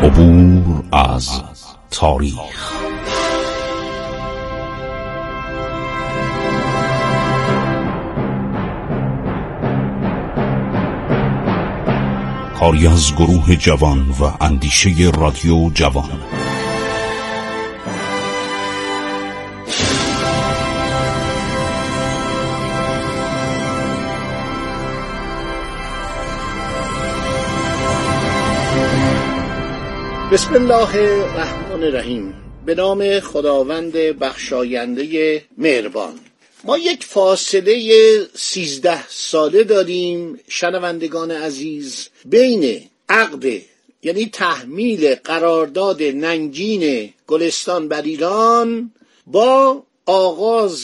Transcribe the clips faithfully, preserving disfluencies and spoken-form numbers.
عبور از تاریخ. کاری از گروه جوان و اندیشه رادیو جوان. بسم الله الرحمن الرحیم. به نام خداوند بخشاینده مهربان. ما یک فاصله سیزده ساله داریم شنوندگان عزیز بین عقد، یعنی تحمیل قرارداد ننگین گلستان بر ایران با آغاز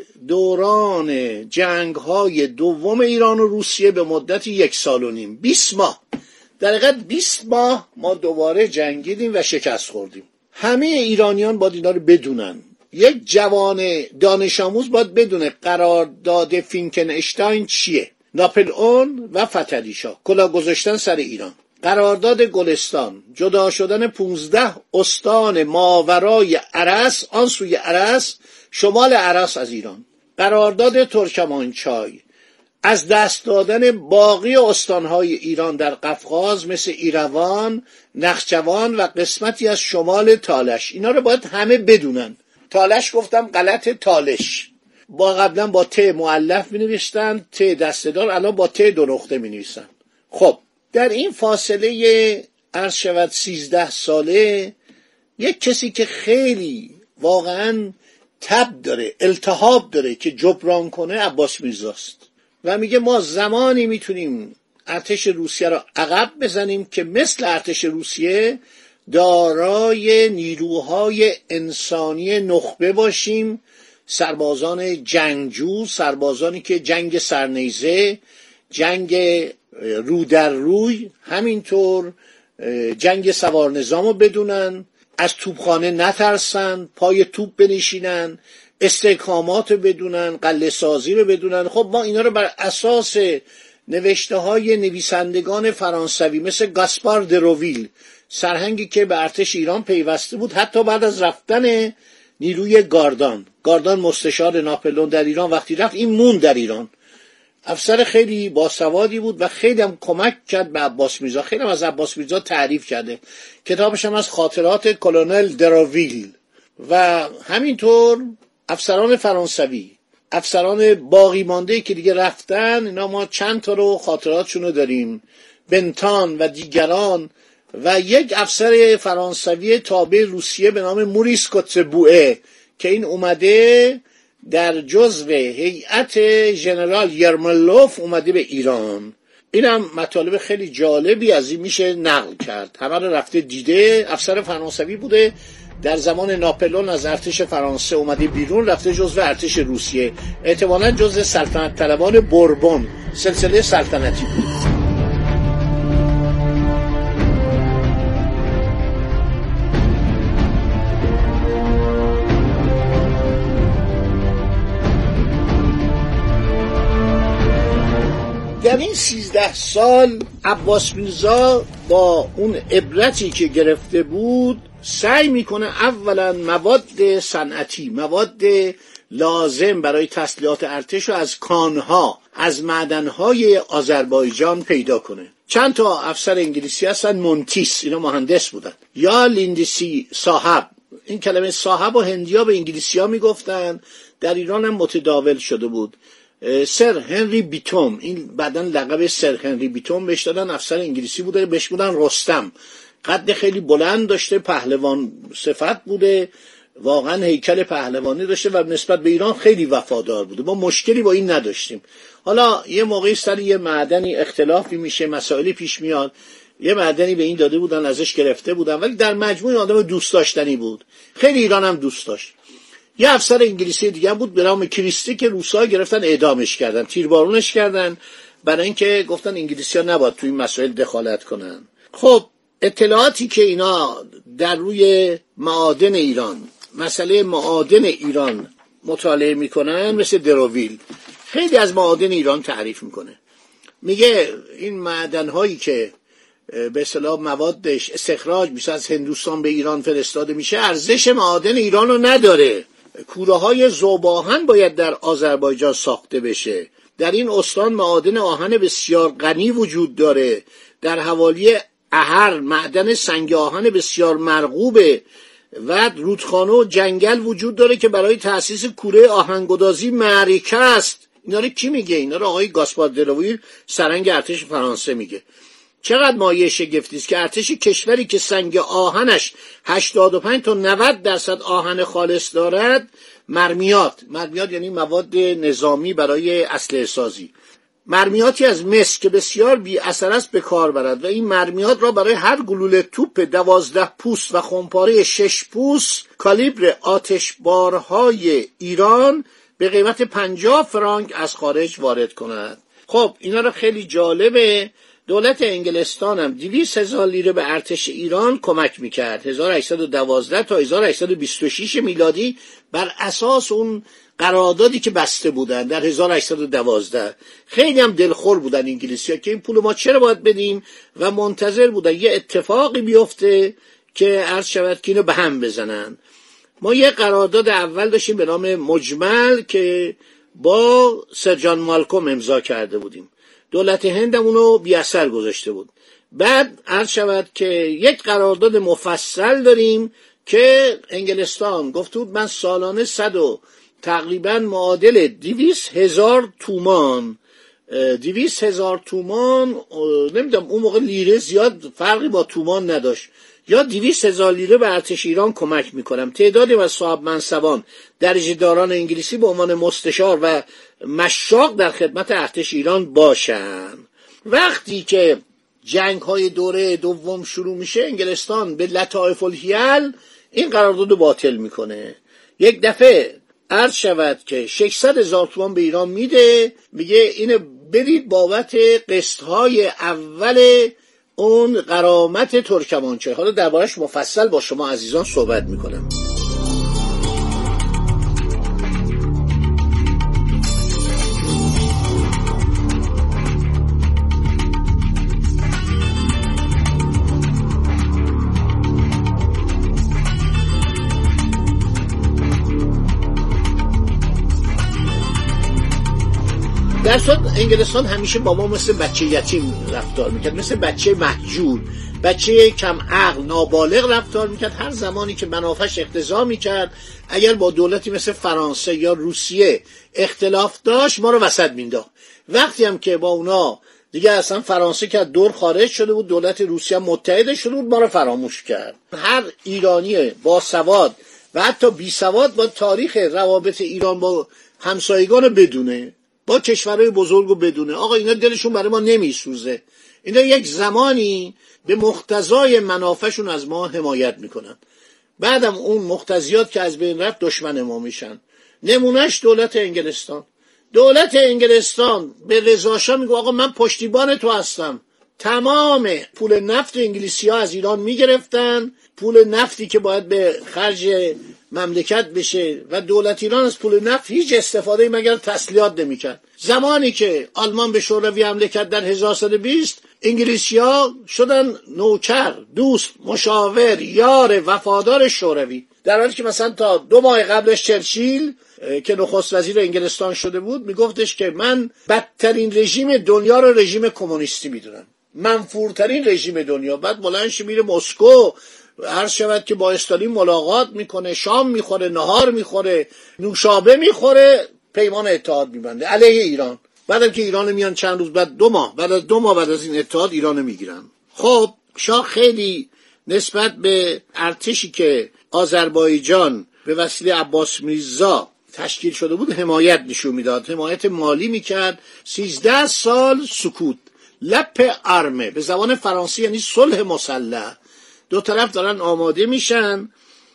دوران جنگ‌های دوم ایران و روسیه به مدت یک سال و نیم، بیست ماه. در حقیقت بیست ماه ما دوباره جنگیدیم و شکست خوردیم. همه ایرانیان باید اینا رو بدونن. یک جوان دانش آموز باید بدونه قرارداد فینکنشتاین چیه، ناپلئون و فتحعلی‌شاه، کلاه گذاشتن سر ایران. قرارداد گلستان، جدا شدن پونزده استان ماورای ارس، آن سوی ارس، شمال ارس از ایران. قرارداد ترکمانچای، از دست دادن باقی استانهای ایران در قفقاز مثل ایروان، نخچوان و قسمتی از شمال تالش. اینا رو باید همه بدونن. تالش گفتم غلط، تالش. با قبلا با ت مؤلف می نوشتن، ت دسته‌دار، الان با ت دو نقطه می نویسن. خب در این فاصله عرض شود سیزده ساله، یک کسی که خیلی واقعا تب داره، التهاب داره که جبران کنه، عباس میرزاست و میگه ما زمانی میتونیم ارتش روسیه را عقب بزنیم که مثل ارتش روسیه دارای نیروهای انسانی نخبه باشیم، سربازان جنگجو، سربازانی که جنگ سرنیزه، جنگ رو در روی، همینطور جنگ سوار نظام رو بدونن، از توپخانه نترسن، پای توپ بنشینن، استحکامات رو بدونن، قلعه سازی رو بدونن. خب ما اینا رو بر اساس نوشته های نویسندگان فرانسوی مثل گاسپار دروویل، سرهنگی که به ارتش ایران پیوسته بود حتی بعد از رفتن نیروی گاردان، گاردان مستشار ناپلئون در ایران وقتی رفت، این موند در ایران. افسر خیلی باسوادی بود و خیلی هم کمک کرد به عباس میرزا. خیلی هم از عباس میرزا تعریف کرده. کتابش هم از خاطرات کلونل دروویل. و همینطور افسران فرانسوی، افسران باقی مانده که دیگه رفتن، اینا ما چند تا رو خاطراتشون رو داریم، بنتان و دیگران، و یک افسر فرانسوی تابع روسیه به نام موریس کوتسبوئه که این اومده در جزو هیئت ژنرال یرمولوف اومده به ایران. اینم مطالب خیلی جالبی از این میشه نقل کرد. همه رو رفته دیده. افسر فرانسوی بوده، در زمان ناپلئون از ارتش فرانسه اومده بیرون، رفته جزو ارتش روسیه، احتمالاً جزو سلطنت طلبان بوربون، سلسله سلطنتی بود. در این سیزده سال عباس میرزا با اون عبرتی که گرفته بود سعی میکنه اولا مواد صنعتی، مواد لازم برای تسلیحات ارتش رو از کانها، از معدنهای آذربایجان پیدا کنه. چند تا افسر انگلیسی هستن، مونتیس، اینا مهندس بودن، یا لیندسی صاحب. این کلمه صاحب و هندیا به انگلیسی ها میگفتن، در ایران هم متداول شده بود. سر هنری بیتوم، این بعداً لقب سر هنری بیتوم بهش دادن، افسر انگلیسی بوده، بهش بودن رستم. قد خیلی بلند داشته، پهلوان صفت بوده، واقعا هیکل پهلوانی داشته و نسبت به ایران خیلی وفادار بوده. ما مشکلی با این نداشتیم. حالا یه موقعی سر یه معدنی اختلافی میشه، مسائلی پیش میاد، یه معدنی به این داده بودن، ازش گرفته بودن، ولی در مجموع آدم دوست داشتنی بود، خیلی ایران هم دوست داشت. یه افسر انگلیسی دیگه بود به نام کریستی که روس‌ها گرفتن اعدامش کردن، تیربارونش کردن، برای اینکه گفتن انگلیسی‌ها نباید تو این مسائل دخالت کنن. خب اطلاعاتی که اینا در روی معادن ایران، مسئله معادن ایران مطالعه میکنن، مثل دروویل خیلی از معادن ایران تعریف میکنه. میگه این معدن‌هایی که به اصطلاح موادش استخراج میشه، از هندوستان به ایران فرستاده میشه، ارزش معادن ایران رو نداره. کوره های ذوب‌آهن باید در آذربایجان ساخته بشه. در این استان معادن آهن بسیار غنی وجود داره. در حوالی اهر معدن سنگ آهن بسیار مرغوبه و رودخانه و جنگل وجود داره که برای تأسیس کوره آهنگدازی معرکه است. اینا رو کی میگه؟ اینا رو آقای گاسپار دلاویر سرنگ ارتش فرانسه میگه. چقدر مایه شگفتی است که ارتش کشوری که سنگ آهنش هشتاد و پنج تا نود درصد آهن خالص دارد، مرمیات مرمیات یعنی مواد نظامی برای اسلحه سازی، مرمیاتی از مس که بسیار بی اثر است به کار برد و این مرمیات را برای هر گلوله توپ دوازده پوست و خمپاره شش پوست کالیبر آتشبارهای ایران به قیمت پنجاه فرانک از خارج وارد کند. خب اینا را خیلی جالبه. دولت انگلستان هم دویست هزار لیره به ارتش ایران کمک میکرد هزار و هشتصد و دوازده تا هزار و هشتصد و بیست و شش میلادی بر اساس اون قراردادی که بسته بودن در هزار و هشتصد و دوازده. خیلی هم دلخور بودن انگلیسی‌ها که این پول ما چرا باید بدیم و منتظر بودن یه اتفاقی بیفته که عرض شود که اینو به هم بزنن. ما یه قرارداد اول داشتیم به نام مجمل که با سر جان مالکوم امضا کرده بودیم. دولت هند هم اونو بی اثر گذاشته بود. بعد عرض شود که یک قرارداد مفصل داریم که انگلستان گفت بود من سالانه صد و تقریبا معادل دویست هزار تومان دویست هزار تومان نمیدونم اون موقع لیره زیاد فرقی با تومان نداشت، یا دویست هزار لیره به ارتش ایران کمک میکنم. تعدادی از صاحب منصبان درجه داران انگلیسی به عنوان مستشار و مشاق در خدمت ارتش ایران باشن. وقتی که جنگ های دوره دوم شروع میشه انگلستان به لطائف الحیل این قرارداد رو باطل میکنه. یک دفعه عرض شود که ششصد هزار تومان به ایران میده، میگه اینو برید بابت قسط های اول اون غرامت ترکمانچای. حالا دربارش مفصل با شما عزیزان صحبت میکنم. در صورت انگلستان همیشه با ما مثل بچه یتیم رفتار میکرد، مثل بچه مهجور، بچه کم عقل نابالغ رفتار میکرد. هر زمانی که منافعش اقتضا میکرد اگر با دولتی مثل فرانسه یا روسیه اختلاف داشت ما رو وسط مینداخت. وقتی هم که با اونا دیگه اصلا فرانسه که دور خارج شده بود، دولت روسیه متحد شده بود، ما رو فراموش کرد. هر ایرانی با سواد و حتی بی سواد با تاریخ روابط ایران با همسایگان بدونه، با کشورهای بزرگو بدونه آقا اینا دلشون برای ما نمیسوزه، اینا یک زمانی به مقتضای منافعشون از ما حمایت میکنن، بعدم اون مقتضیات که از بین رفت دشمن ما میشن. نمونهش دولت انگلستان. دولت انگلستان به رضا شاه میگه آقا من پشتیبان تو هستم. تمام پول نفت انگلیسی ها از ایران میگرفتن، پول نفتی که باید به خرج مملکت بشه، و دولت ایران از پول نفت هیچ استفاده مگر تسلیحات نمیکرد. زمانی که آلمان به شوروی حمله کرد در هزار و سیصد و بیست، انگلیسی‌ها شدن نوکر، دوست، مشاور، یار وفادار شوروی، در حالی که مثلا تا دو ماه قبلش چرچیل که نخست وزیر انگلستان شده بود میگفتش که من بدترین رژیم دنیا رو رژیم کمونیستی میدونم، منفورترین رژیم دنیا. بعد بلندش میره مسکو، عرض شود که با استالین ملاقات میکنه، شام میخوره، نهار میخوره، نوشابه میخوره، پیمان اتحاد میبنده علیه ایران. بعدم که ایران میان چند روز بعد دو ماه بعد از دو ماه بعد از این اتحاد ایران میگیرن. خب شاه خیلی نسبت به ارتشی که آذربایجان به وسیله عباس میرزا تشکیل شده بود حمایت نشون میداد، حمایت مالی میکرد. سیزده سال سکوت، لپ ارمه به زبان فرانسه یعنی صلح مسلح. دو طرف دارن آماده میشن.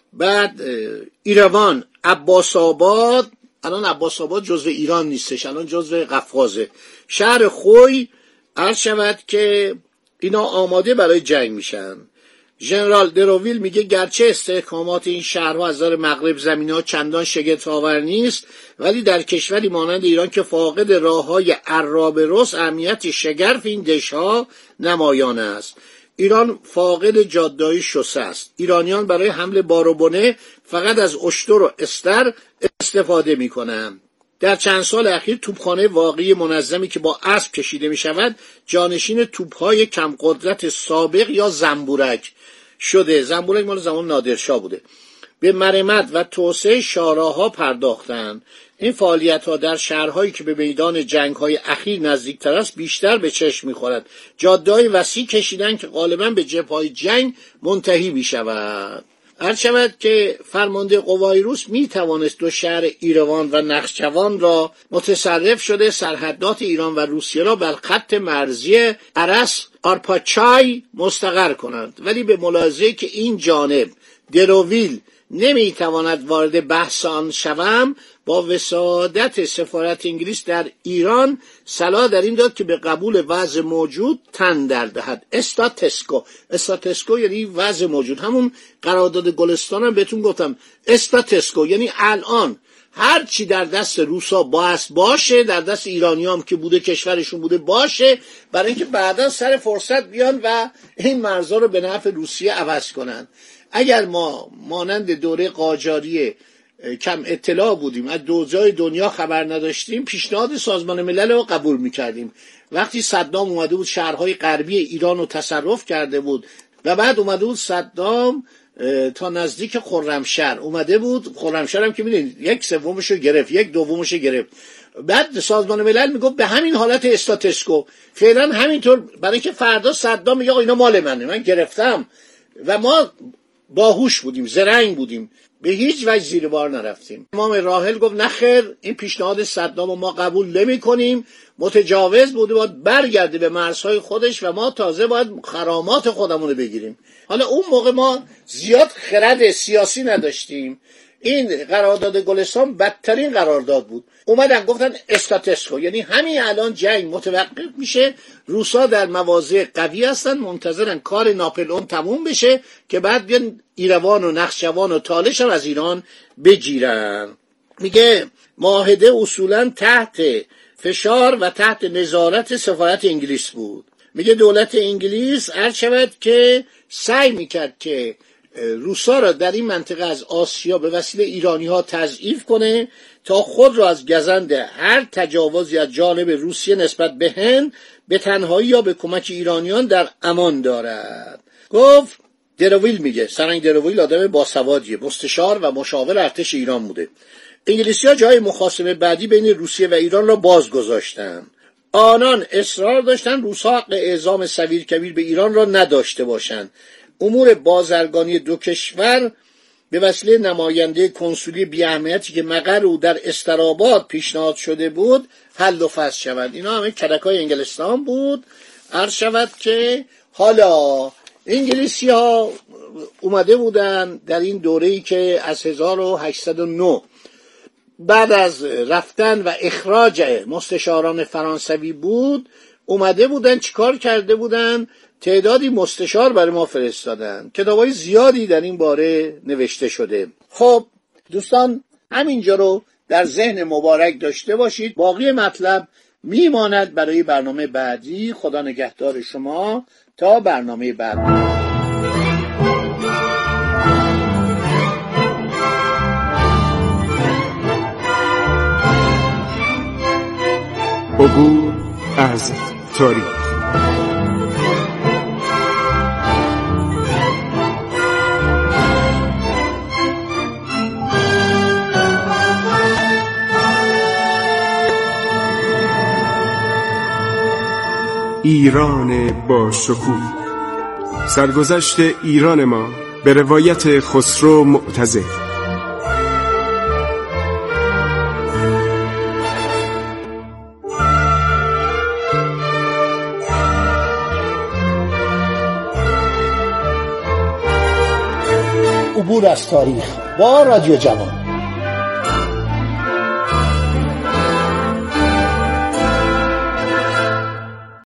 بعد ایروان، عباس آباد، الان عباس آباد جزو ایران نیستش، الان جزو قفقازه، شهر خوی، عرض شود که اینا آماده برای جنگ میشن. ژنرال دروویل میگه گرچه استحکامات این شهرها از نظر مغرب زمین‌ها چندان شگفت‌آور نیست، ولی در کشوری مانند ایران که فاقد راه‌های عراب رس اهمیت شگرف این دش‌ها نمایان است. ایران فاقد جاده‌های شسه است. ایرانیان برای حمل بار و بنه فقط از اشتر و استر استفاده می‌کنند. در چند سال اخیر توپخانه واقعی منظمی که با اسب کشیده می‌شود جانشین توپ‌های کم قدرت سابق یا زنبورک شده. زنبورک مال زمان نادرشاه بوده. به مرمت و توسعه شاهراه‌ها پرداختند. این فعالیت‌ها در شهرهایی که به میدان جنگ‌های اخیر نزدیکتر است بیشتر به چشم می‌خورد. جاده‌های وسیع کشیدن که غالباً به جبهه‌های جنگ منتهی می‌شود. هر شود که فرمانده قوای روس می‌توانست دو شهر ایروان و نخچوان را متصرف شده سرحدات ایران و روسیه را بر خط مرزی ارس آرپاچای مستقر کند، ولی به ملاحظه که این جانب دروویل نمیتواند وارد بحث آن شوم، با وسادت سفارت انگلیس در ایران صلاح در این داد که به قبول وضع موجود تن در دهد. استاتسکو استاتسکو یعنی وضع موجود. همون قرارداد گلستان هم بهتون گفتم. استاتسکو یعنی الان هر چی در دست روسا باعث باشه در دست ایرانی هم که بوده کشورشون بوده باشه، برای اینکه بعدا سر فرصت بیان و این مرزا رو به نفع روسیه عوض کنن. اگر ما مانند دوره قاجاری کم اطلاع بودیم، از دوزای دنیا خبر نداشتیم، پیشنهاد سازمان ملل رو قبول میکردیم. وقتی صدام اومده بود شهرهای غربی ایران رو تصرف کرده بود و بعد اومده بود صدام تا نزدیک خرمشهر اومده بود، خرمشهر هم که میدونید یک سومش رو گرفت، یک دومش رو گرفت، بعد سازمان ملل میگفت به همین حالت استاتسکو فعلا همینطور، برای اینکه فردا صدام میگه اینا مال منه، من گرفتم. و ما باهوش بودیم، زرنگ بودیم، به هیچ وجه زیر بار نرفتیم. امام راحل گفت نخیر، این پیشنهاد صدام ما قبول نمی کنیم، متجاوز بوده، باید برگرده به مرزهای خودش و ما تازه باید خرامات خودمون بگیریم. حالا اون موقع ما زیاد خرد سیاسی نداشتیم. این قرارداد گلستان بدترین قرارداد بود. اومدن گفتن استاتسکو، یعنی همین الان جنگ متوقف میشه، روسا در مواضع قوی هستن، منتظرن کار ناپلئون تموم بشه که بعد بیان ایروان و نخچوان و تالش هم از ایران بگیرن. میگه معاهده اصولا تحت فشار و تحت نظارت سفارت انگلیس بود. میگه دولت انگلیس هر شود که سعی میکرد که روسا را در این منطقه از آسیا به وسیله ایرانی ها تضعیف کنه تا خود را از گزند هر تجاوزی از جانب روسیه نسبت به هند به تنهایی یا به کمک ایرانیان در امان دارد. گفت دروویل، میگه سرنگ دروویل آدم باسوادیه، مستشار و مشاور ارتش ایران بوده. انگلیسی ها جای مخاصمه بعدی بین روسیه و ایران را باز گذاشتن. آنان اصرار داشتن روسا حق اعزام سفیر به ایران را نداشته باشند. امور بازرگانی دو کشور به وسیله نماینده کنسولی بی اهمیتی که مقر او در استراباد پیشنهاد شده بود حل و فصل شود. اینا همه کلکای انگلستان بود. عرض شود که حالا انگلیسی ها اومده بودن در این دوره‌ای که از هزار و هشتصد و نه بعد از رفتن و اخراج مستشاران فرانسوی بود، اومده بودن چیکار کرده بودن؟ تعدادی مستشار برای ما فرستادن. کتابای زیادی در این باره نوشته شده. خب دوستان، همینجا رو در ذهن مبارک داشته باشید. باقی مطلب میماند برای برنامه بعدی. خدا نگهدار شما تا برنامه بعد. عبور از تاریخ. ایران با شکوه. سرگذشت ایران ما به روایت خسرو معتزد. عبور از تاریخ با رادیو جوان.